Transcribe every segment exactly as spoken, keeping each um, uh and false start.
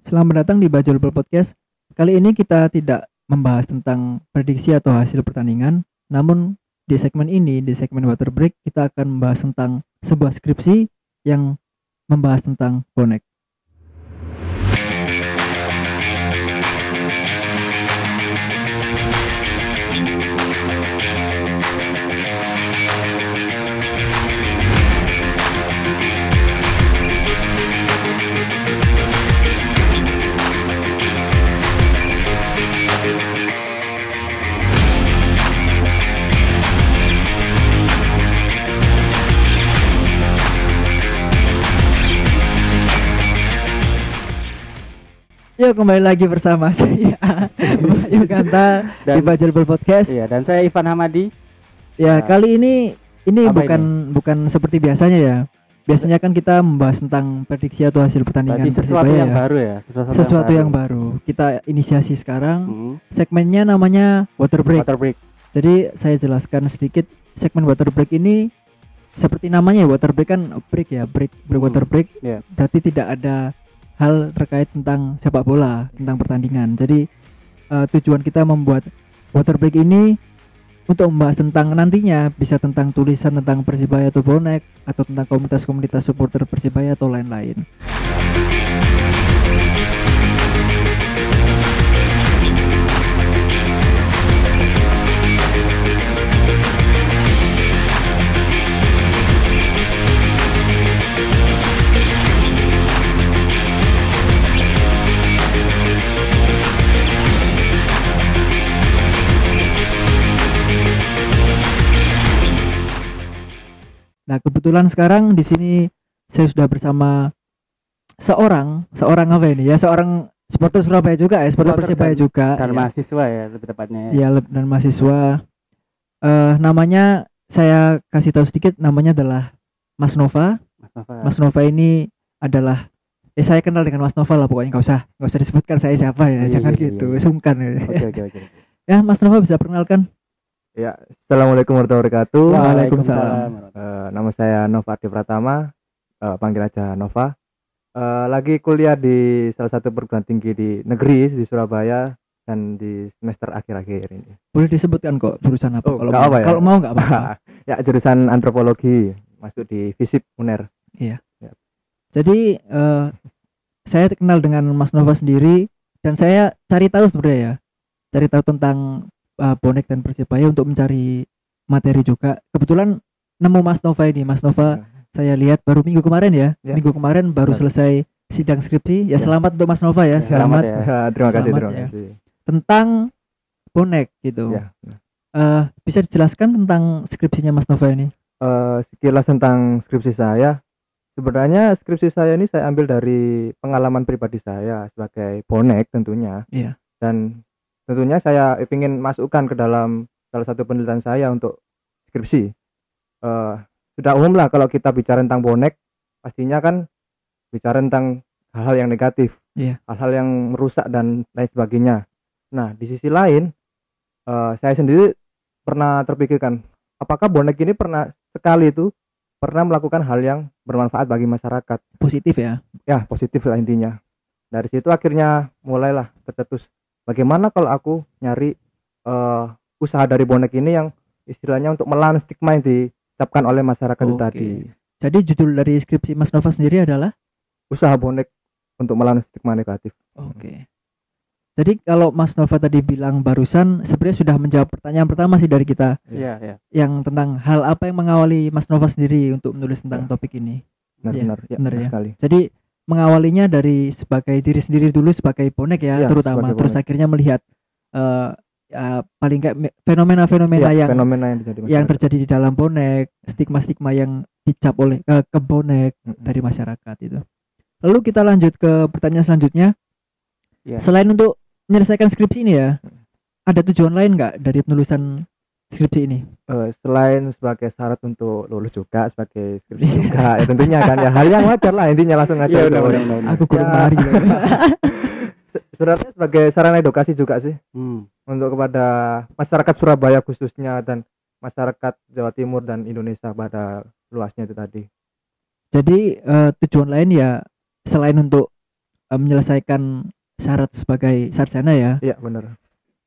Selamat datang di Bajulbel Podcast. Kali ini kita tidak membahas tentang prediksi atau hasil pertandingan, namun di segmen ini, di segmen Water Break, kita akan membahas tentang sebuah skripsi yang membahas tentang bonek. Yuk kembali lagi bersama saya Bayu Kanta di Bajulbel Podcast. Iya, dan saya Ivan Hamadi. Ya, nah, kali ini ini bukan ini? bukan seperti biasanya ya. Biasanya kan kita membahas tentang prediksi atau hasil pertandingan Berarti sesuatu Persibaya yang ya. baru ya, sesuatu, sesuatu yang, yang baru. Kita inisiasi sekarang. Hmm. Segmennya namanya Water Break. Water Break. Jadi saya jelaskan sedikit segmen Water Break ini. Seperti namanya Water Break kan break ya, break, break hmm. water break. Yeah. Berarti tidak ada hal terkait tentang sepak bola, tentang pertandingan. Jadi uh, tujuan kita membuat Water Break ini untuk membahas tentang nantinya bisa tentang tulisan tentang Persibaya atau bonek, atau tentang komunitas-komunitas supporter Persibaya atau lain-lain. Nah, kebetulan sekarang di sini saya sudah bersama seorang, seorang apa ini ya, seorang supporter Surabaya juga ya, supporter Persibaya juga. Dan ya. mahasiswa ya, lebih tepatnya. Ya, ya dan mahasiswa. Uh, namanya saya kasih tahu sedikit, namanya adalah Mas Nova. Mas Nova. Mas Nova ini adalah, eh saya kenal dengan Mas Nova lah pokoknya, nggak usah, nggak usah disebutkan saya siapa ya, iya, jangan iya, gitu, iya. sungkan. Oke, oke, oke. Ya, Mas Nova bisa perkenalkan. Ya, assalamualaikum warahmatullahi wabarakatuh. Waalaikumsalam. Uh, nama saya Nova Ardi Pratama, uh, panggil aja Nova. Uh, lagi kuliah di salah satu perguruan tinggi di negeri di Surabaya dan di semester akhir-akhir ini. Boleh disebutkan kok jurusan apa? Oh, kalau mau, apa ya? Kalau mau nggak apa-apa. Ya, jurusan antropologi, masuk di FISIP UNER. Iya. Ya. Jadi uh, saya kenal dengan Mas Nova sendiri dan saya cari tahu sebenarnya ya, cari tahu tentang Uh, bonek dan Persibaya untuk mencari materi juga. Kebetulan nemu Mas Nova ini. Mas Nova ya. Saya lihat baru minggu kemarin ya. ya. Minggu kemarin baru ya. Selesai sidang skripsi. Ya, ya selamat untuk Mas Nova ya. ya Selamat. Ya. Ya, terima kasih, selamat, terima ya. kasih. Tentang bonek gitu. Ya. Uh, bisa dijelaskan tentang skripsinya Mas Nova ini? Uh, sekilas tentang skripsi saya. Sebenarnya skripsi saya ini saya ambil dari pengalaman pribadi saya sebagai bonek tentunya. Iya. Dan tentunya saya ingin masukkan ke dalam salah satu penelitian saya untuk skripsi. Uh, sudah umum lah kalau kita bicara tentang bonek, pastinya kan bicara tentang hal-hal yang negatif, yeah. hal-hal yang merusak dan lain sebagainya. Nah, di sisi lain, uh, saya sendiri pernah terpikirkan, apakah bonek ini pernah sekali itu pernah melakukan hal yang bermanfaat bagi masyarakat? Positif ya? Ya, positif lah intinya. Dari situ akhirnya mulailah tercetus. Bagaimana kalau aku nyari uh, usaha dari bonek ini yang istilahnya untuk melawan stigma yang diucapkan oleh masyarakat itu tadi. Jadi judul dari skripsi Mas Nova sendiri adalah usaha bonek untuk melawan stigma negatif. Oke. Jadi kalau Mas Nova tadi bilang barusan sebenarnya sudah menjawab pertanyaan pertama sih dari kita. Iya, iya. Yang tentang hal apa yang mengawali Mas Nova sendiri untuk menulis tentang ya. Topik ini. Benar-benar ya, ya, benar ya. Sekali. Jadi mengawalinya dari sebagai diri sendiri dulu sebagai bonek ya, ya terutama terus bonek. Akhirnya melihat uh, ya, paling kayak fenomena-fenomena ya, yang fenomena yang, yang terjadi di dalam bonek, stigma-stigma yang dicap oleh uh, ke bonek mm-hmm. dari masyarakat itu. Lalu kita lanjut ke pertanyaan selanjutnya. Ya. Selain untuk menyelesaikan skripsi ini ya, ada tujuan lain nggak dari penulisan skripsi ini? Uh, selain sebagai syarat untuk lulus juga sebagai skripsi juga ya tentunya kan ya hal yang wajar lah intinya langsung aja. Ya, udah, udah, udah, udah. Aku kurang ya. Mari. Sebenarnya sebagai sarana edukasi juga sih hmm. untuk kepada masyarakat Surabaya khususnya dan masyarakat Jawa Timur dan Indonesia pada luasnya itu tadi. Jadi uh, tujuan lain ya selain untuk eh, menyelesaikan syarat sebagai sarjana ya. Iya, benar.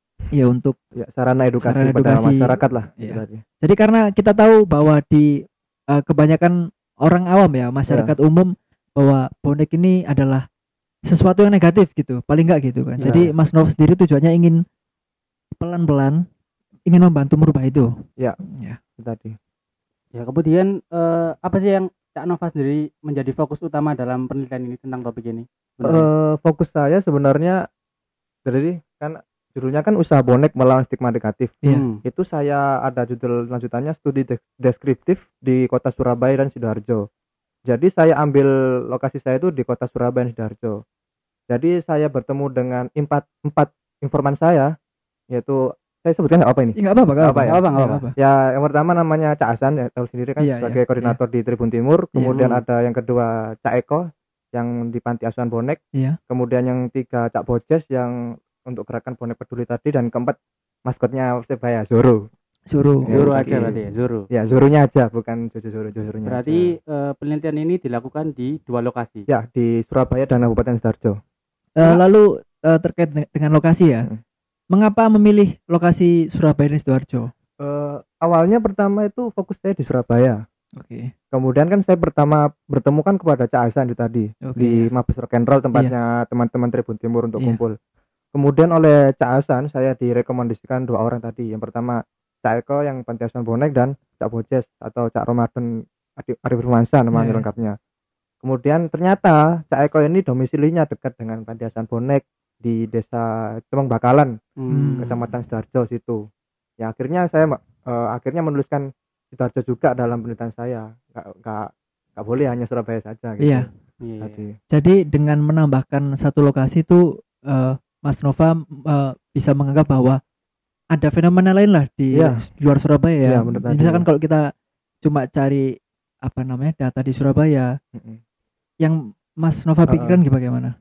Ya untuk Ya, sarana edukasi Sarana pada edukasi, masyarakat lah. iya. itu tadi. jadi karena kita tahu bahwa di eh, kebanyakan orang awam ya, masyarakat umum bahwa bonek ini adalah sesuatu yang negatif gitu, paling enggak gitu kan. Ya. Jadi Mas Nov sendiri tujuannya ingin pelan-pelan ingin membantu merubah itu. Ya. Ya. Itu tadi. Ya, kemudian eh, apa sih yang Cak Nova sendiri menjadi fokus utama dalam penelitian ini tentang topik ini? Sebenarnya? Eh, fokus saya sebenarnya jadi kan judulnya kan usaha bonek melawan stigma negatif. Iya. Hmm. Itu saya ada judul lanjutannya studi de- deskriptif di kota Surabaya dan Sidoarjo. Jadi saya ambil lokasi saya itu di kota Surabaya dan Sidoarjo. Jadi saya bertemu dengan empat empat informan saya, yaitu saya sebutkan nggak apa ini? Enggak apa-apa, enggak Apa ya? apa-apa. Nggak Nggak apa-apa. Ya, yang pertama namanya Cak Hasan, ya tahu sendiri kan Iya, sebagai iya, koordinator di Tribun Timur. Kemudian Hmm. ada yang kedua Cak Eko yang di Panti Asuhan Bonek. Iya. Kemudian yang tiga Cak Bojes yang untuk gerakan bonek peduli tadi, dan keempat maskotnya Persebaya Zoro. Suruh. Zoro Oke. aja berarti ya, Zoro. Ya, Zoronya aja, bukan Jojo Zoro, Jojo Zoronya. Berarti eh, penelitian ini dilakukan di dua lokasi. ya di Surabaya dan Kabupaten Sidoarjo. Eh, lalu eh, terkait de- dengan lokasi ya. Hmm. Mengapa memilih lokasi Surabaya dan Sidoarjo? Eh, awalnya pertama itu fokus saya di Surabaya. Oke. Kemudian kan saya pertama bertemu kan kepada Cak Hasan itu tadi Oke. di Iya. Mabes Rock and Roll, tempatnya teman-teman Tribun Timur untuk Iya. kumpul. Kemudian oleh Cak Hasan saya direkomendasikan dua orang tadi. Yang pertama Cak Eko yang Panti Asuhan Bonek, dan Cak Bojes atau Cak Ramadan Adi- Arif Firmansyah nama Iya, iya. lengkapnya. Kemudian ternyata Cak Eko ini domisilinya dekat dengan Panti Asuhan Bonek di desa Cemeng Bakalan, Hmm. Kecamatan Sidoarjo situ. Ya akhirnya saya eh, akhirnya menuliskan Sidoarjo juga dalam penelitian saya. Nggak nggak nggak boleh hanya Surabaya saja gitu. Iya. Iya. Tadi. Jadi dengan menambahkan satu lokasi itu eh, Mas Nova eh, bisa menganggap bahwa ada fenomena lain lah di Iya. s- luar Surabaya ya. Iya, benar tadi. Misalkan kalau kita cuma cari apa namanya data di Surabaya, Mm-mm. yang Mas Nova Uh-uh. pikirkan bagaimana?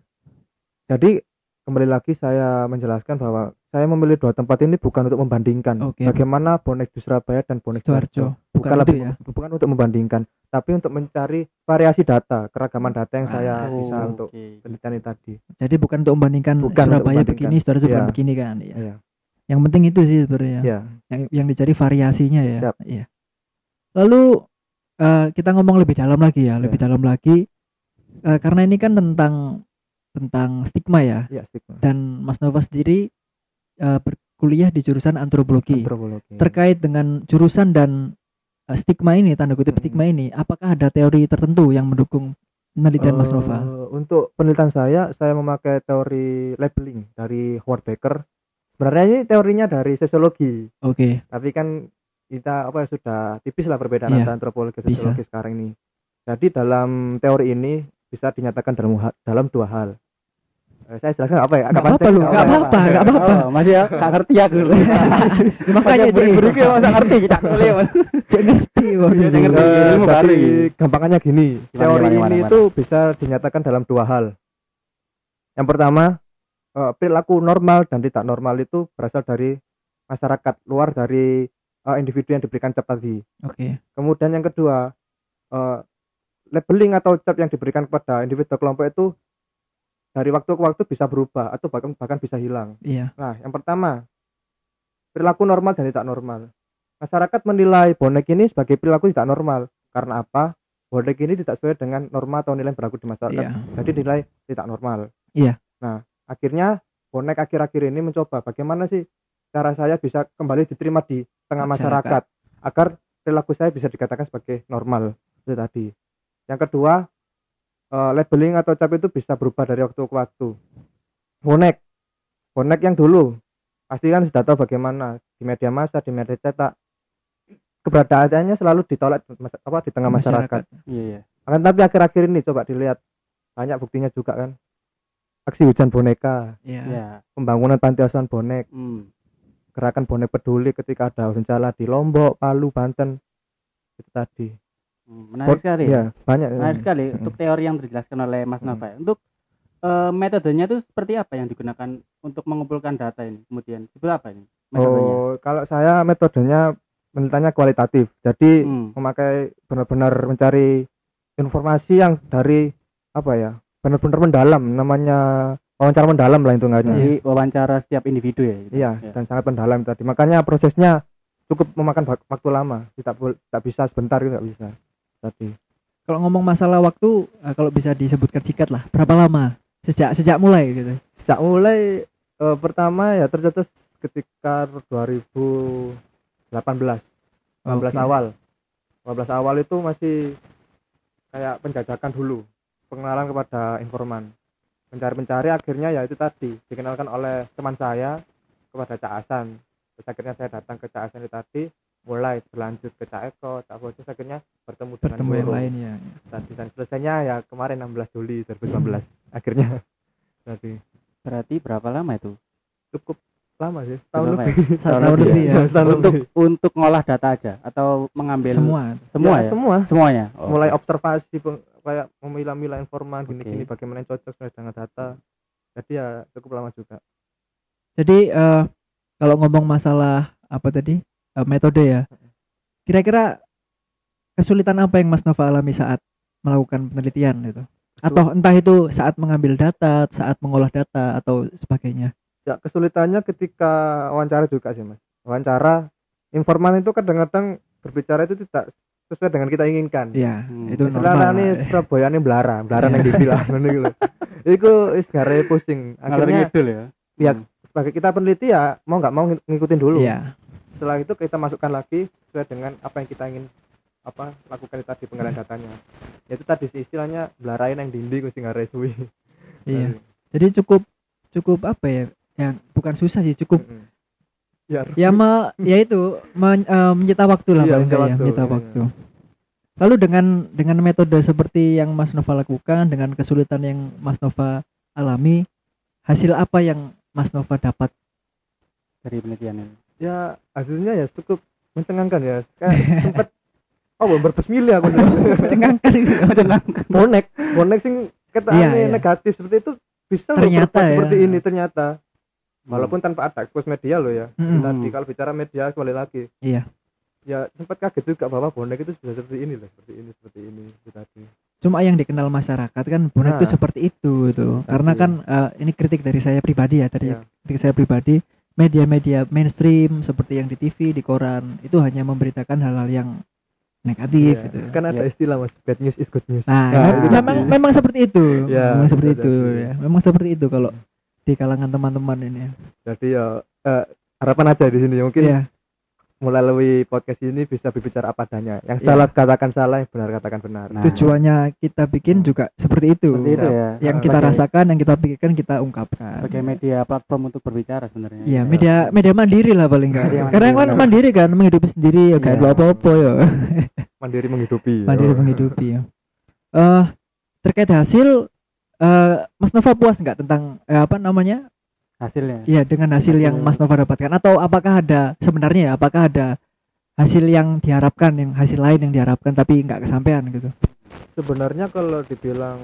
Jadi kembali lagi saya menjelaskan bahwa saya memilih dua tempat ini bukan untuk membandingkan Oke. bagaimana bonek di Surabaya dan bonek di Sidoarjo. Sidoarjo. Bukan Bukanlah itu bu- ya. bukan untuk membandingkan, tapi untuk mencari variasi data, keragaman data yang saya Ah, bisa Oh, untuk oke. penelitian ini tadi. Jadi bukan untuk membandingkan Bukan untuk Surabaya membandingkan. begini, Sidoarjo bukan Iya. begini kan. Iya. Iya. Yang penting itu sih sebenarnya. Iya. Yang yang dicari variasinya ya. Siap. Iya. Lalu eh, kita ngomong lebih dalam lagi ya, lebih dalam lagi Eh, karena ini kan tentang tentang stigma ya. Iya, stigma. Dan Mas Nova sendiri eh, berkuliah di jurusan antropologi. Antropologi. Terkait dengan jurusan dan eh, stigma ini, tanda kutip Hmm. stigma ini, apakah ada teori tertentu yang mendukung penelitian Mas Eh, Nova? Untuk penelitian saya, saya memakai teori labeling dari Howard Baker. Sebenarnya ini teorinya dari sosiologi, Oke. tapi kan kita apa ya, sudah tipis lah perbedaan Iya, antara antropologi dan bisa. sosiologi sekarang ini. Jadi dalam teori ini bisa dinyatakan dalam ha- dalam dua hal. Eh, saya jelaskan apa ya? Nggak pancing, apa-apa lu, nggak nggak apa-apa, nggak apa-apa. Oh, masih ya gak ngerti aku. Makanya Cek, beri ki masa ngerti kita kuliah. Mas. Cek ngerti waduh. Iya, Cek ngerti. Eh, Ilmu jadi baru ini. gampangannya gini, Gimana, teori gimana, ini gimana, itu bisa dinyatakan dalam dua hal. Yang pertama, eh, perilaku normal dan tidak normal itu berasal dari masyarakat, luar dari eh, individu yang diberikan cap tadi. Oke. Kemudian yang kedua, eh, labeling atau cap yang diberikan kepada individu kelompok itu dari waktu ke waktu bisa berubah atau bahkan bahkan bisa hilang. Iya. Nah, yang pertama, perilaku normal dan tidak normal. Masyarakat menilai bonek ini sebagai perilaku tidak normal. Karena apa? Bonek ini tidak sesuai dengan norma atau nilai yang berlaku di masyarakat. Iya. Jadi dinilai tidak normal. Iya. Nah, akhirnya bonek akhir-akhir ini mencoba bagaimana sih cara saya bisa kembali diterima di tengah Masyarakat. masyarakat, agar perilaku saya bisa dikatakan sebagai normal. Itu tadi. Yang kedua, eh, labeling atau cap itu bisa berubah dari waktu ke waktu. Bonek, bonek yang dulu pasti kan sudah tahu bagaimana di media massa, di media cetak, keberadaannya selalu ditolak mas- apa di tengah masyarakat. Iya, iya. Akan tapi akhir-akhir ini coba dilihat, banyak buktinya juga kan, aksi hujan boneka, Iya. Iya. pembangunan panti asuhan bonek, Hmm. gerakan bonek peduli ketika ada bencana di Lombok, Palu, Banten, itu tadi. Hmm, Menarik sekali. Ya, banyak. Menarik sekali Mm-mm. untuk teori yang dijelaskan oleh Mas Mm-mm. Nova. Untuk eh, metodenya itu seperti apa yang digunakan untuk mengumpulkan data ini? Kemudian seperti apa ini metodenya? Oh, kalau saya metodenya penelitiannya kualitatif. Jadi Hmm. memakai benar-benar mencari informasi yang dari apa ya? benar-benar mendalam, namanya wawancara mendalam lah hitungannya. Jadi wawancara setiap individu ya. Gitu. Iya, Ya. dan sangat mendalam tadi. Makanya prosesnya cukup memakan bak- waktu lama. Tidak bol- tak bisa sebentar itu nggak bisa tadi. Kalau ngomong masalah waktu, eh, kalau bisa disebutkan singkat lah, berapa lama sejak sejak mulai gitu? Sejak mulai eh, pertama ya tercetus ketika dua ribu delapan belas delapan belas Oke. awal. delapan belas awal itu masih kayak penjajakan dulu, pengenalan kepada informan. Mencari-mencari akhirnya ya itu tadi dikenalkan oleh teman saya kepada Cak Hasan. Terus akhirnya saya datang ke Cak Hasan itu tadi, mulai berlanjut ke Cak Eko, Cak Bojos, akhirnya bertemu dengan Bertemu yang Guru lain ya. tadi, dan selesainya ya kemarin enam belas Juli dua ribu sembilan belas akhirnya tadi. Berarti berapa lama itu? Cukup lama sih, tahun Lama ya? lebih. Satu Tahun tahun lebih lebih ya? ya. Setahun Untuk lebih. untuk ngolah data aja atau mengambil Semua. semua Ya, ya? semua Semuanya. Oh, mulai oke. observasi peng- kayak memilah-milah informan Oke. gini-gini bagaimana yang cocok sesuai dengan data, jadi ya cukup lama juga. Jadi eh, kalau ngomong masalah apa tadi eh, metode ya, kira-kira kesulitan apa yang Mas Nova alami saat melakukan penelitian itu? Atau entah itu saat mengambil data, saat mengolah data atau sebagainya? Ya kesulitannya ketika wawancara juga sih Mas. Wawancara informan itu kadang-kadang berbicara itu tidak sesuai dengan kita inginkan. Iya, Hmm. itu normal. Istilahnya nih lah. Surabaya ini belara, belara Iya. yang dibilang ngono iku lho. Iku wis gare pusing. Ngalor Akhirnya ngidul ya. ya Hmm. sebagai kita peneliti ya mau nggak mau ng- ngikutin dulu. Iya. Setelah itu kita masukkan lagi sesuai dengan apa yang kita ingin apa lakukan tadi pengalihan datanya. Yaitu tadi sih istilahnya belarain yang dinding sing ngare suwi. Iya. Jadi cukup cukup apa ya? Ya bukan susah sih, cukup Mm-mm. Ya, ya me, ya itu men- eh, menyita waktu lah Iya, paling menyita enggak ya, waktu, menyita iya. waktu. Lalu dengan dengan metode seperti yang Mas Nova lakukan, dengan kesulitan yang Mas Nova alami, hasil apa yang Mas Nova dapat? Dari penelitian ini. ya hasilnya ya cukup mencengangkan ya. Kayak sempet oh berbesmili aku. Mencengangkan gitu. bonek, bonek sing ketane Iya, iya. negatif seperti itu bisa loh Ternyata berbuat ya. seperti ini ternyata. Hmm. Walaupun tanpa ada ekspos media loh ya. Mm-mm. Tadi kalau bicara media kembali lagi. Iya. Ya sempat kaget juga bahwa bonek itu bisa seperti ini loh, seperti ini, seperti ini itu tadi. Cuma yang dikenal masyarakat kan bonek itu Nah. seperti itu itu. Karena Tadi. kan eh, ini kritik dari saya pribadi ya, dari Iya. kritik saya pribadi, media-media mainstream seperti yang di T V, di koran itu hanya memberitakan hal-hal yang negatif Iya. gitu. Kan ada Iya. istilah Mas, bad news is good news. Nah, Nah, mem- itu memang tadi. memang seperti itu. Ya, memang seperti itu itu tadi. ya. Memang seperti itu kalau di kalangan teman-teman ini. Jadi ya eh, harapan aja di sini mungkin Iya. melalui podcast ini bisa berbicara apa adanya. Yang Iya. salah katakan salah, yang benar katakan benar. Nah. Tujuannya kita bikin juga seperti itu. Seperti itu ya. Yang Ah, kita Sebagai- rasakan, yang kita pikirkan, kita ungkapkan. sebagai media platform untuk berbicara sebenarnya. Iya, media media mandiri lah paling enggak. Media Karena kan mandiri. mandiri kan menghidupi sendiri ya kayak Iya. apa-apa ya. Mandiri menghidupi. Mandiri Oh. menghidupi ya. Eh terkait hasil eh Mas Nova puas nggak tentang eh, apa namanya? Hasilnya. Iya, dengan hasil Hasil- yang Mas Nova dapatkan atau apakah ada sebenarnya ya apakah ada hasil yang diharapkan, yang hasil lain yang diharapkan tapi nggak kesampaian gitu. Sebenarnya kalau dibilang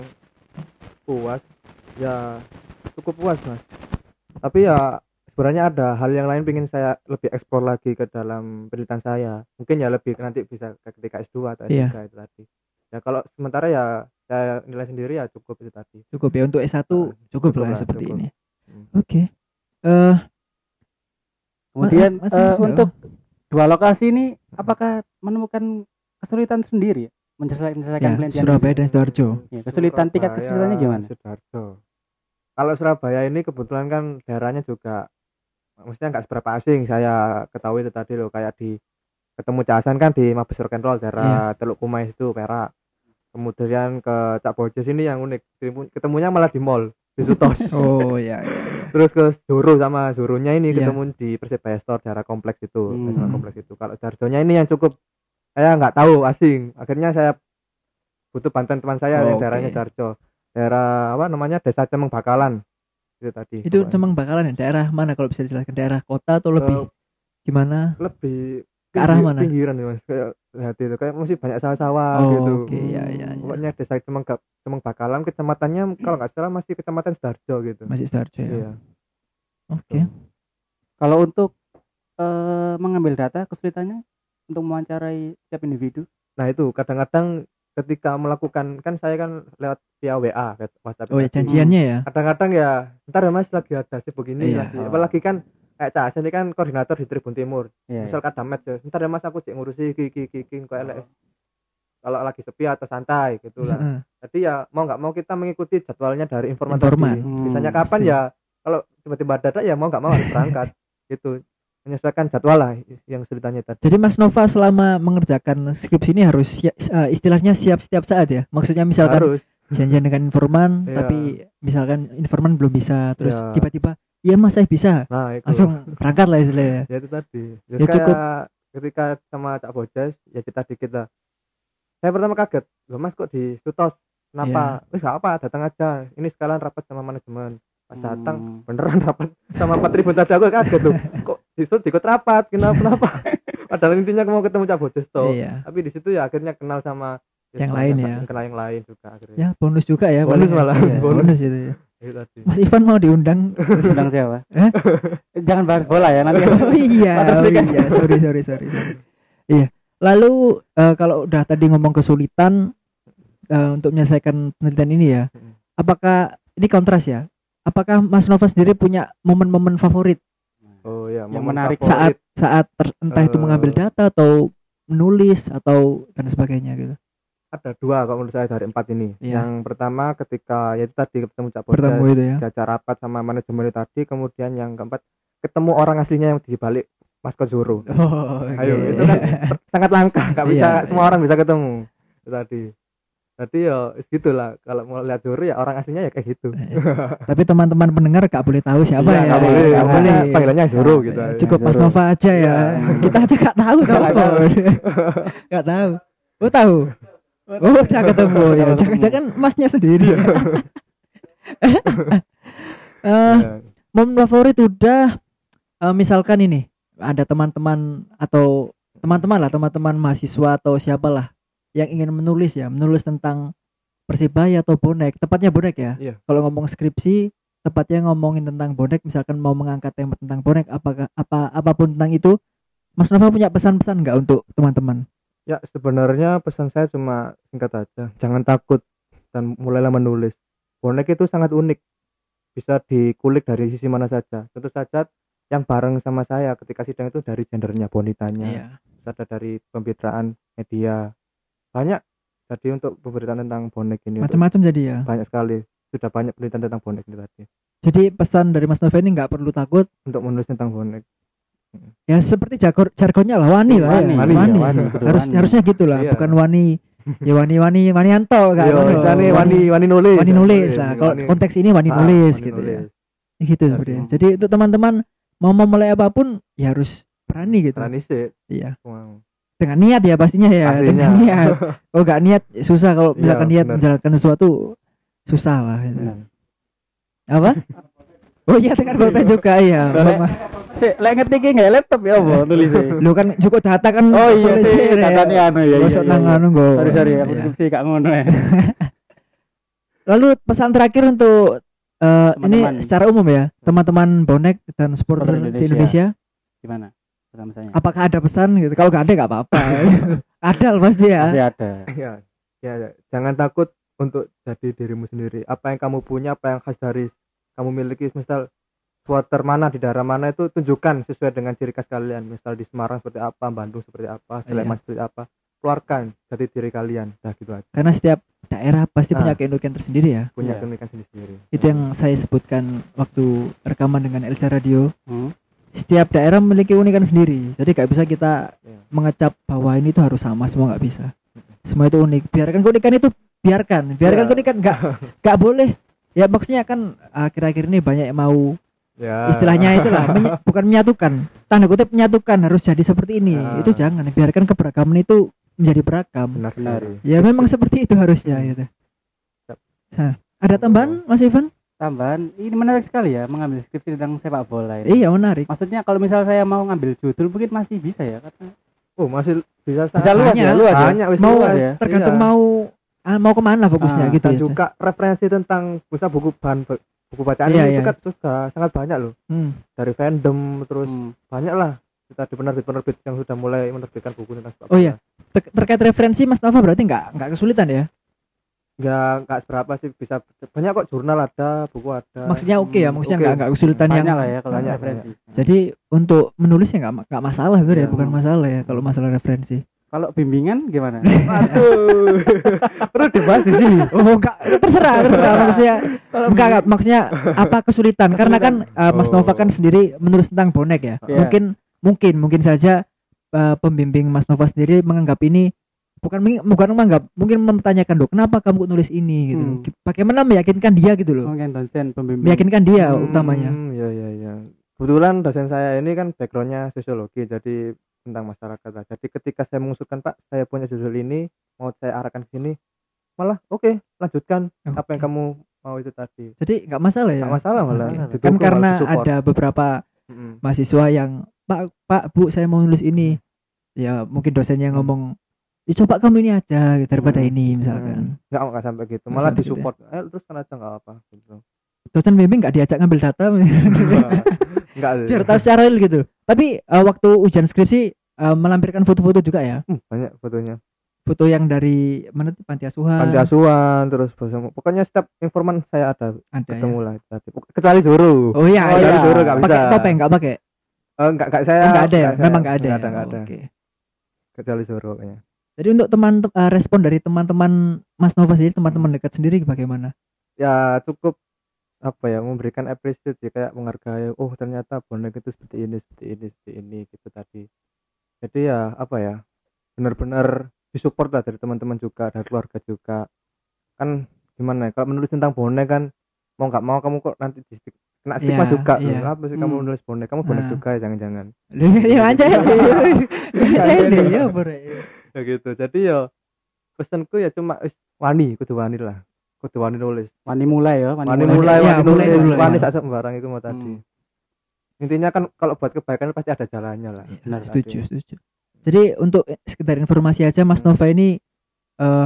puas ya cukup puas Mas, tapi ya sebenarnya ada hal yang lain pengen saya lebih eksplor lagi ke dalam penelitian saya, mungkin ya lebih nanti bisa ke ketika S dua atau S tiga Iya. itu tadi ya. Kalau sementara ya saya nilai sendiri ya cukup itu tadi. Cukup ya untuk S satu cukup, Cukup lah lah, seperti cukup. ini. Hmm. Oke. Eh Kemudian Ma- Mas- eh, Mas- untuk dua lokasi ini apakah menemukan kesulitan sendiri ya? Menyelesaikan, menyelesaikan ya, penelitian Surabaya ini? dan Sidoarjo. Ya, kesulitan tingkat Surabaya, kesulitannya gimana? Sidoarjo. Kalau Surabaya ini kebetulan kan daerahnya juga maksudnya nggak seberapa asing, saya ketahui itu tadi loh, kayak di ketemu Casan kan di Mabes Rock and Roll daerah Teluk Kumais itu Perak. Kemudian ke Cak Bojos ini yang unik, ketemu- ketemunya malah di mall di Sutos. Oh ya, ya, ya. Terus ke Zoro sama Zoronya ini Iya. ketemu di Persebaya Store daerah kompleks itu, Hmm. daerah kompleks itu. Kalau Sidoarjonya ini yang cukup saya nggak tahu, asing. Akhirnya saya butuh bantuan teman saya Oh, yang daerahnya oke. Sidoarjo. Daerah apa namanya? Desa Cemeng Bakalan. Itu tadi. Itu pokoknya. Cemeng Bakalan ya, daerah mana kalau bisa dijelaskan, daerah kota atau lebih gimana? lebih Ke arah pinggir- mana? Pinggiran ya, Mas. Kayak hati itu kayak masih banyak sawah-sawah Oh, gitu. oke, ya, ya, ya. Pokoknya Desa Cemeng Ga- Cemeng Bakalan, kecamatannya kalau nggak salah masih kecamatan Sidoarjo gitu. Masih Sidoarjo ya. Iya. Oke. Kalau untuk eh, mengambil data kesulitannya untuk mewawancarai setiap individu. Nah itu kadang-kadang ketika melakukan kan saya kan lewat via W A WhatsApp. Oh ya, tadi. janjiannya ya. Kadang-kadang ya ntar ya Mas lagi ada sih begini Iya. lagi. Apalagi kan kayak Cak Hasan ini kan koordinator di Tribun Timur. Iya. Misal kadang match ya, ntar ya Mas aku cek ngurusi iki iki iki iki kok elek. Kalau lagi sepi atau santai gitu lah. Heeh. Jadi ya mau nggak mau kita mengikuti jadwalnya dari informan Informan. tadi. Hmm, Misalnya kapan pasti. ya kalau tiba-tiba dadak ya mau nggak mau harus berangkat gitu. Menyesuaikan jadwal lah yang ceritanya tadi. Jadi Mas Nova selama mengerjakan skripsi ini harus sia- eh, istilahnya siap setiap saat ya. Maksudnya misalkan Harus. janjian dengan informan Iya. tapi misalkan informan belum bisa terus Iya. tiba-tiba iya Mas saya bisa. Nah, itu. Langsung berangkat lah istilahnya. Ya itu tadi. Ya, Ya, cukup. ketika sama Cak Bojas ya kita dikit lah. Saya pertama kaget, loh Mas kok di Sutos? Kenapa? Wis gak apa, datang aja. Ini sekalian rapat sama manajemen. Pas datang Hmm. beneran rapat sama empat ribu tadi aku kaget tuh. Kok di situ ikut rapat? Kenapa? Kenapa? Padahal intinya aku mau ketemu Cak Bojas toh. Iya. Tapi di situ ya akhirnya kenal sama Yang lain ya. Kenal yang lain juga akhirnya. Ya bonus juga ya. Bonus paling ya. malah, Iya, bonus. bonus itu ya. Itu tadi. Mas Ivan mau diundang. Sedang siapa? Eh? Jangan bahas bola ya nanti. Oh iya, Patah oh sedikit. iya, sorry sorry sorry sorry. Iya. Lalu eh, kalau udah tadi ngomong kesulitan eh, untuk menyelesaikan penelitian ini ya, Hmm. apakah ini kontras ya? Apakah Mas Nova sendiri punya momen-momen favorit Oh iya, Yang momen menarik saat favorit. saat ter- entah itu Eh. mengambil data atau menulis atau dan sebagainya gitu? Ada dua kalau menurut saya dari empat ini. Iya. Yang pertama ketika ya itu tadi ketemu Cak Bojas. Bertemu itu ya. diajak rapat sama manajemen itu tadi, kemudian yang keempat ketemu orang aslinya yang di balik maskot Zoro. Oh, Ayo, oke. itu kan sangat langka, nggak bisa Iya, semua iya. orang bisa ketemu. Itu tadi. Tadi ya gitulah, kalau mau lihat Zoro ya orang aslinya ya kayak gitu. Tapi teman-teman pendengar gak boleh tahu siapa Iya, ya. nggak boleh, Nggak karena boleh. panggilannya Zoro gitu. Cukup Mas Zoro. Nova aja ya. Iya. Kita aja gak tahu siapa. Nggak tahu. Gak tahu. Oh tahu. Oh udah ketemu ya. Jangan-jangan Masnya sendiri. Eh, Iya. momen favorit udah eh, misalkan ini ada teman-teman atau teman-teman lah, teman-teman mahasiswa atau siapalah yang ingin menulis ya, menulis tentang Persibaya atau bonek, tepatnya bonek ya. Iya. Kalau ngomong skripsi, tepatnya ngomongin tentang bonek, misalkan mau mengangkat tema tentang bonek, apakah apa apapun tentang itu, Mas Nova punya pesan-pesan nggak untuk teman-teman? Ya sebenarnya pesan saya cuma singkat aja, jangan takut dan mulailah menulis. Bonek itu sangat unik, bisa dikulik dari sisi mana saja. Tentu saja yang bareng sama saya ketika sidang itu dari gendernya, bonitanya, Iya. ada dari pemberitaan media, banyak. Jadi untuk pemberitaan tentang bonek ini untuk- Macam-macam jadi ya. banyak sekali, sudah banyak penelitian tentang bonek ini tadi. Jadi pesan dari Mas Nova ini nggak perlu takut. Untuk menulis tentang bonek, Ya seperti jargon jargonnya lah, wani lah ya. Wani, wani, Wani. ya, wani, betul, Harus wani. harusnya gitulah, Iya. bukan wani. Ya wani wani wanianto kan. Yo, Wani, misalnya wani wani nulis, wani nulis lah. Kalau wani- konteks ini wani ah, nulis wani gitu ya. nulis. Gitu sebenarnya. Jadi untuk teman-teman mau memulai apapun ya harus berani gitu. Berani sih, Iya. wow. Dengan niat ya pastinya ya, Pastinya. dengan niat. Kalau nggak niat susah, kalau Iya, misalkan niat benar. menjalankan sesuatu susah lah gitu. Benar. Apa? Oh iya dengan pulpen juga ya. Boleh. Mama- Sik, lek ngetik nggak laptop ya apa nulis. Lu kan cukup data kan Oh iya tulis sih, ya. katanya anu ya. Gak iya, usah iya, nang iya. anu nggo. Sorry sorry, aku Iya. skripsi gak ngono ya. Lalu pesan terakhir untuk eh, ini Teman-teman. secara umum ya, teman-teman bonek dan supporter Supporter di Indonesia, Gimana? Pesan-pesannya? apakah ada pesan gitu? Kalau nggak ada nggak apa-apa. Ada lah pasti ya. Pasti ada. ya, ya, ya, jangan takut untuk jadi dirimu sendiri. Apa yang kamu punya, apa yang khas dari kamu miliki, misal sweater mana di daerah mana itu tunjukkan sesuai dengan ciri khas kalian. Misal di Semarang seperti apa, Bandung seperti apa, Sleman seperti apa, keluarkan jadi diri kalian. Dah gitu aja. Karena setiap daerah pasti Ah. punya keunikan tersendiri ya. Punya Iya. keunikan sendiri. Itu yang saya sebutkan waktu rekaman dengan Elsa Radio. Hmm? Setiap daerah memiliki keunikan sendiri. Jadi nggak bisa kita Iya. mengecap bahwa ini tuh harus sama, semua nggak bisa. Semua itu unik. Biarkan keunikan itu biarkan, biarkan Iya. keunikan nggak nggak boleh. Ya maksudnya kan akhir-akhir ini banyak yang mau Ya. istilahnya itulah menye- bukan menyatukan, tanda kutip menyatukan harus jadi seperti ini. Ah. Itu jangan, biarkan keberagaman itu menjadi beragam. Benar Benar. sekali. Ya memang seperti itu harusnya gitu. Siap. Nah, ada tambahan Mas Ivan? Tambahan, ini menarik sekali ya mengambil skripsi tentang sepak bola ini. Iya menarik. Maksudnya kalau misal saya mau ngambil judul mungkin masih bisa ya karena Oh, masih bisa bisa luas Banyak. ya, luas ya. Banyak wis Mau luas. ya. tergantung Iya. mau ah, mau kemana fokusnya Ah, gitu Dan ya. juga referensi tentang bisa buku bahan buku bacaan Iya, itu iya. kan juga sangat banyak loh. Hmm. Dari fandom terus Hmm. banyak lah tadi penerbit-penerbit yang sudah mulai menerbitkan buku tentang sepak Oh bola. iya. Ter- terkait referensi Mas Nova berarti nggak nggak kesulitan ya? Nggak nggak seberapa sih, bisa banyak kok, jurnal ada, buku ada. Maksudnya oke ya, maksudnya Oke. nggak nggak kesulitan yang banyak lah ya kalau banyak, referensi. jadi untuk menulisnya nggak ma- nggak masalah gitu ya, Iya. bukan masalah ya kalau masalah referensi. Kalau bimbingan gimana? Aduh. Perlu dibahas di sini. Oh enggak, terserah terserah maksudnya enggak, enggak maksudnya apa kesulitan karena kan uh, Mas Oh. Nova kan sendiri menulis tentang bonek ya. Iya. Mungkin mungkin mungkin saja uh, pembimbing Mas Nova sendiri menganggap ini bukan meng- bukan menganggap, mungkin mempertanyakan loh kenapa kamu nulis ini gitu. Hmm. loh. Bagaimana meyakinkan dia gitu loh. Mungkin dosen pembimbing. Meyakinkan dia Hmm, utamanya. Iya iya iya. Kebetulan dosen saya ini kan backgroundnya sosiologi, jadi tentang masyarakat lah. Jadi ketika saya mengusulkan, Pak, saya punya judul ini, mau saya arahkan ke sini, malah oke, lanjutkan apa yang Oke. kamu mau itu tadi. Jadi nggak masalah ya. Nggak masalah malah. Oke. Didukung, Kan karena malah disupport. ada beberapa Mm-mm. mahasiswa yang Pak Pak Bu saya mau nulis ini. Ya mungkin dosennya ngomong ya coba kamu ini aja daripada Hmm. ini misalkan. Nggak nggak sampai gitu, Nggak malah sampai gitu ya. disupport. Eh terus kan aja nggak apa gitu. Dosen bimbing nggak diajak ngambil data Enggak sih. biar tahu secara real gitu. Tapi uh, waktu ujian skripsi uh, melampirkan foto-foto juga ya. Hmm, banyak fotonya. Foto yang dari mana tuh panti asuhan. Panti asuhan, terus bosong- pokoknya setiap informan saya ada Ada ya. ketemu lah tadi. Kecuali Zoro. Oh iya, Oh, iya. iya. Zoro nggak bisa. Pakai topeng nggak pakai? Eh, enggak enggak saya. Oh, nggak ada ya. saya. Memang nggak ada. Nggak ya? ada, nggak ada. Oke. Kecuali Zoro kayaknya. Jadi untuk teman uh, respon dari teman-teman Mas Nova sendiri, teman-teman dekat sendiri bagaimana? Ya cukup apa ya, memberikan appreciate ya, kayak menghargai, oh ternyata bonek itu seperti ini seperti ini seperti ini gitu tadi. Jadi ya apa ya, benar-benar disupport lah dari teman-teman juga, dari keluarga juga. Kan gimana ya, kalau menulis tentang bonek kan mau nggak mau kamu kok nanti di kena stigma Iya, juga. iya. Loh, apa sih kamu Hmm. nulis bonek, kamu bonek Ah. juga ya, jangan-jangan. Ya aja ya. Aja deh ya, Bro. Ya gitu. Jadi ya pesanku ya cuma wis wani, kudu wani lah. Kudu wani nulis. Wani mulai ya, Wani mulai. mulai, Ya, wani mulai nulis, dulu, wani ya. sak sembarang itu mau tadi. Hmm. Intinya kan kalau buat kebaikan pasti ada jalannya lah. Benar, Setuju, setuju. Jadi untuk sekedar informasi aja Mas Hmm. Nova ini eh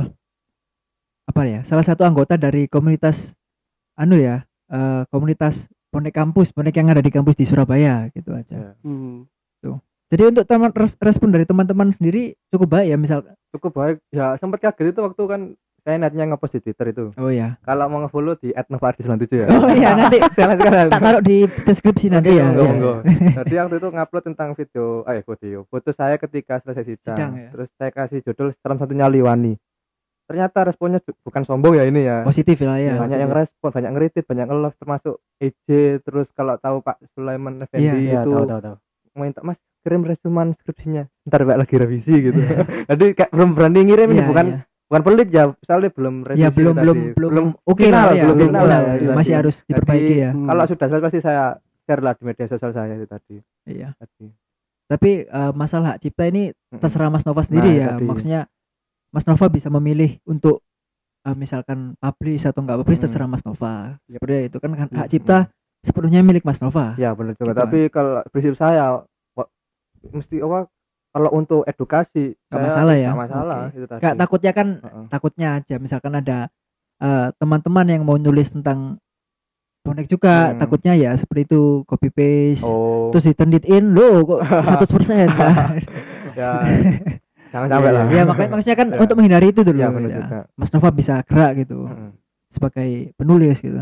apa ya? Salah satu anggota dari komunitas anu ya, eh, komunitas bonek kampus, bonek yang ada di kampus di Surabaya gitu aja. Ya. Hmm. Jadi untuk teman res- respon dari teman-teman sendiri cukup baik ya, misal Cukup baik. Ya sempat kaget itu waktu kan saya netnya ngepost di Twitter itu. oh ya. Kalau mau nge-follow di et novardi sembilan tujuh ya. Oh iya nanti Saya sekarang. tak taruh di deskripsi nanti ya. Monggo, Iya. monggo. Jadi waktu itu ngupload tentang video, eh video, foto saya ketika selesai sidang. Sidang, ya. Terus saya kasih judul salah satunya Liwani. Ternyata responnya ju- bukan sombong ya ini ya. Positif lah ya. banyak yang respon, banyak ngeritik, banyak nge-love, termasuk E J. Terus kalau tahu Pak Sulaiman Effendi Iya, itu tahu tahu tahu. minta, Mas kirim resuman skripsinya, ntar Pak lagi revisi gitu. Jadi kayak belum berani ngirim ini, Iya, bukan iya. bukan pelit ya, soalnya belum revisi Ya belum tadi. belum belum oke final, lah ya, belum belum final final, lah, ya. itu Masih tadi. harus diperbaiki Jadi, ya. Hmm. Kalau sudah selesai pasti saya share lah di media sosial saya itu tadi. Iya. tadi. Tapi eh, masalah hak cipta ini Mm-mm. terserah Mas Nova sendiri Nah, ya. tadi. Maksudnya Mas Nova bisa memilih untuk eh, misalkan publish atau enggak publish, Hmm. terserah Mas Nova. Yep. Seperti itu kan hak Hmm. cipta sepenuhnya milik Mas Nova. Ya benar juga. Gitu Tapi kalau prinsip saya wa- mesti apa? Kalau untuk edukasi Nggak saya masalah ya? nggak masalah Oke. itu tadi. Enggak, takutnya kan Heeh. takutnya aja misalkan ada eh, teman-teman yang mau nulis tentang bonek juga, Hmm. takutnya ya seperti itu copy paste. Oh. Terus di turn it in lo kok seratus persen. Ya. Jangan sampai lah. Ya makanya maksudnya kan Ya. untuk menghindari itu dulu Ya benar ya. juga. Mas Nova bisa gerak gitu Heeh. sebagai penulis gitu.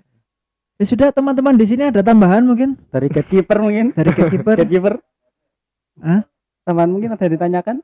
Ya sudah teman-teman, di sini ada tambahan mungkin Dari gatekeeper mungkin. dari gatekeeper. Gatekeeper. Hah? Teman mungkin ada yang ditanyakan?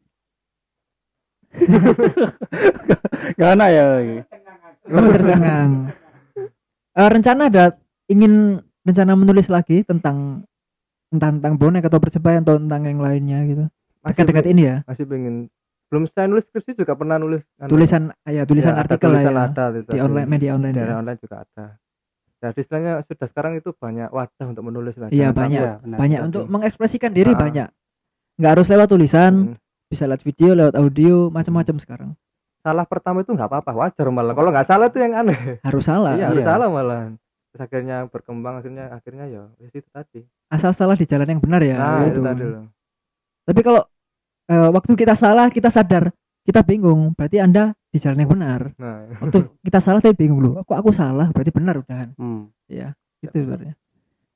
Gimana ya? Oh, tercengang. Eh, rencana ada ingin rencana menulis lagi tentang tentang tentang bonek atau persebaya atau tentang yang lainnya gitu. Masih Dekat-dekat pe- ini ya. Masih pengen, belum saya nulis skripsi juga pernah nulis anu, Tulisan ya tulisan ya, ada artikel lah tulisan ya. ada, itu Di tadi. online media online Di ya. online juga ada. Jadi istilahnya sudah sekarang itu banyak wadah untuk menulis lah. Iya, Jangan banyak. sampai- benar. Banyak Tadi. untuk mengekspresikan diri Ah. banyak. Nggak harus lewat tulisan, Hmm. bisa lewat video, lewat audio, macam-macam sekarang. Salah pertama itu nggak apa-apa, wajar malah. Kalau nggak salah itu yang aneh. Harus salah. Iya, harus iya. salah malah. Terus akhirnya berkembang, akhirnya akhirnya ya wis itu tadi. Asal salah di jalan yang benar ya. Nah, itu. itu tadi loh. Tapi kalau eh, waktu kita salah, kita sadar, kita bingung, berarti Anda di jalan yang benar. Nah, Waktu kita salah tapi bingung loh, kok aku salah, berarti benar udahan. Hmm. Ya, itu sebenarnya.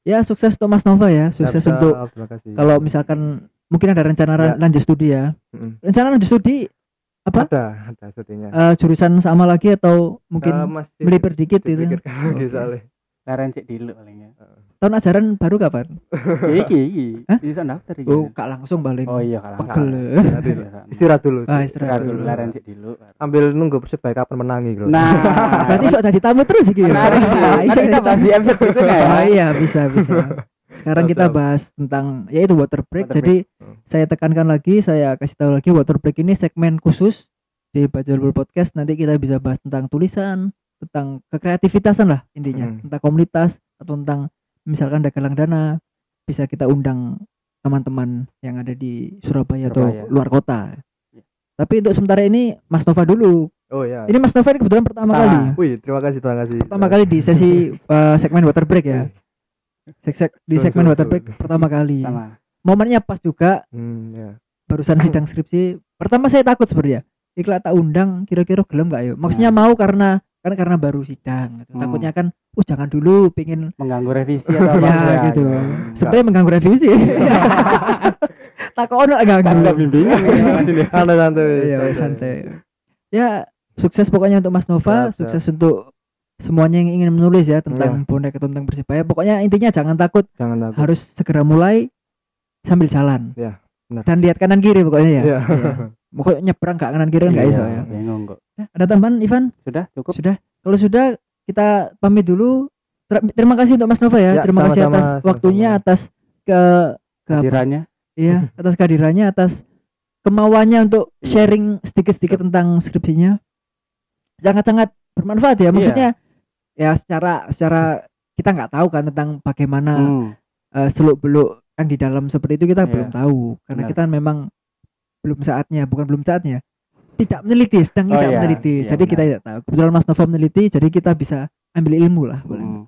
Ya sukses untuk Mas Nova ya, sukses Siap, untuk siap, terima kasih. kalau misalkan mungkin ada rencana Ya. lanjut studi ya. Mm-mm. Rencana lanjut studi apa? Ada, ada studinya. Eh, jurusan sama lagi atau mungkin Eh, masih melipir dikit gitu. dipikirkan lagi Oke. soalnya. Leren cek dulu palingnya. Tahun ajaran baru kapan? Iki iki. Hah? Bisa daftar iki. Oh, gak langsung balik. Oh iya kalah. Pegel. Nanti istirahat dulu. Ah, istirahat dulu. dulu. Leren cek dulu. Ambil nunggu Persebaya kapan menangi gitu. Nah, Berarti sok jadi tamu terus iki. ya? menarik sih. Ah, Nanti iso kita jadi bahas tamu. di episode berikutnya ya. Ah, iya, bisa bisa. Sekarang Siap, kita siap. bahas tentang yaitu water break. Water Jadi break. saya tekankan lagi, saya kasih tahu lagi water break ini segmen khusus di Bajulbul Podcast. Nanti kita bisa bahas tentang tulisan, tentang kekreativitasan lah intinya, Hmm. tentang komunitas atau tentang misalkan ada galang dana, bisa kita undang teman-teman yang ada di Surabaya, atau Surabaya. luar kota. Ya. Tapi untuk sementara ini Mas Nova dulu. Oh iya. Ini Mas Nova ini kebetulan pertama Pertama. kali. Wih, terima kasih, terima kasih. Pertama kali di sesi uh, segmen water break ya. Sek- sek- di Betul, segmen betul, water betul. break pertama kali. Sama. Momennya pas juga, Hmm, ya. barusan sidang skripsi. Pertama saya takut sebenarnya. Iklan tak undang, kira-kira gelem gak ya? Maksudnya Nah. mau karena kan karena baru sidang. Gitu. Hmm. Takutnya kan, uh jangan dulu, pengen Mengganggu revisi atau apa? ya enggak, gitu. Hmm. Sebenarnya mengganggu revisi. Takut ono Pas ganggu. gak bimbingan ya, Mas ini. Santai-santai. Iya, wes, santai. Ya, sukses pokoknya untuk Mas Nova, Siap, siap. sukses untuk semuanya yang ingin menulis ya tentang Iya. bonek atau tentang Persibaya. Pokoknya intinya jangan takut, Jangan takut. harus segera mulai sambil jalan. Iya, benar. Dan lihat kanan kiri pokoknya ya. Iya. Iya. Pokoknya nyebrang gak kanan kiri kan gak Iya. iso ya. Bingung kok. Ada tambahan Ivan? Sudah cukup. Sudah. Kalau sudah kita pamit dulu. Ter- Terima kasih untuk Mas Nova ya. Ya, Terima kasih sama-sama, atas sama-sama. waktunya, atas ke ke apa? Kehadirannya. Iya, atas kehadirannya, atas kemauannya untuk sharing sedikit-sedikit tentang skripsinya. Sangat-sangat bermanfaat ya. Maksudnya ya secara secara kita nggak tahu kan tentang bagaimana Hmm. uh, seluk-beluk yang di dalam seperti itu kita Iya. belum tahu karena Benar. kita memang belum saatnya, bukan belum saatnya. Tidak meneliti, sedang Oh tidak iya, meneliti. iya, jadi kita benar. tidak tahu. Kebetulan Mas Nova meneliti, jadi kita bisa ambil ilmu lah. Hmm.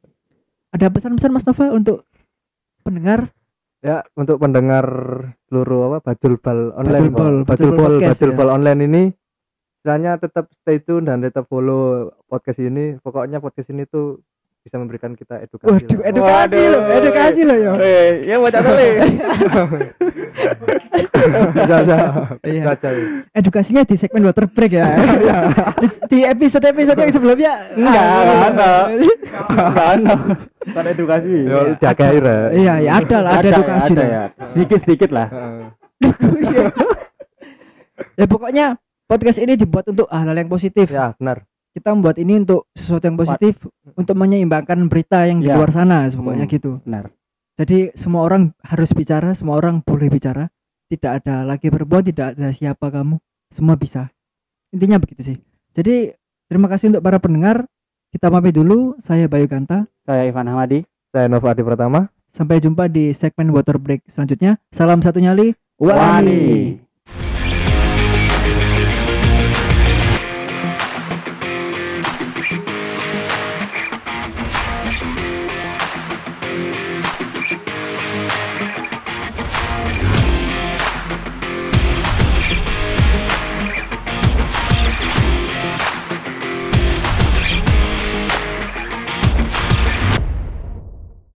Ada pesan-pesan Mas Nova untuk pendengar? Ya, untuk pendengar seluruh apa Bajulbal online, Bajulbal, Pak. Bajulbal Bajulbal, podcast, Bajulbal online ini istilahnya tetap stay tune dan tetap follow podcast ini. Pokoknya podcast ini tuh bisa memberikan kita edukasi. Waduh, lah. edukasi Waduh. loh, edukasi loh ya. Eh, ya baca tadi. Bisa, bisa. Iya. Baca, ya. Edukasinya di segmen water break ya. di, di episode-episode yang sebelumnya Enggak, ah, enggak ada. Enggak ada. Ada edukasi. Yo, Iya, jaga aja. Iya, ya ada lah, ada, edukasi ada lah. ya. Sedikit-sedikit lah. Heeh. Ya pokoknya podcast ini dibuat untuk hal-hal yang positif. Ya, benar. Kita membuat ini untuk sesuatu yang positif, untuk menyeimbangkan berita yang di Ya. luar sana, pokoknya Hmm. gitu. Benar. Jadi semua orang harus bicara, semua orang boleh bicara. Tidak ada laki perempuan, tidak ada siapa kamu, semua bisa. Intinya begitu sih. Jadi terima kasih untuk para pendengar. Kita pamit dulu. Saya Bayu Ganta. Saya Ivan Hamadi. Saya Nova Adi Pratama. Sampai jumpa di segmen water break selanjutnya. Salam satu nyali. Wani. Wani.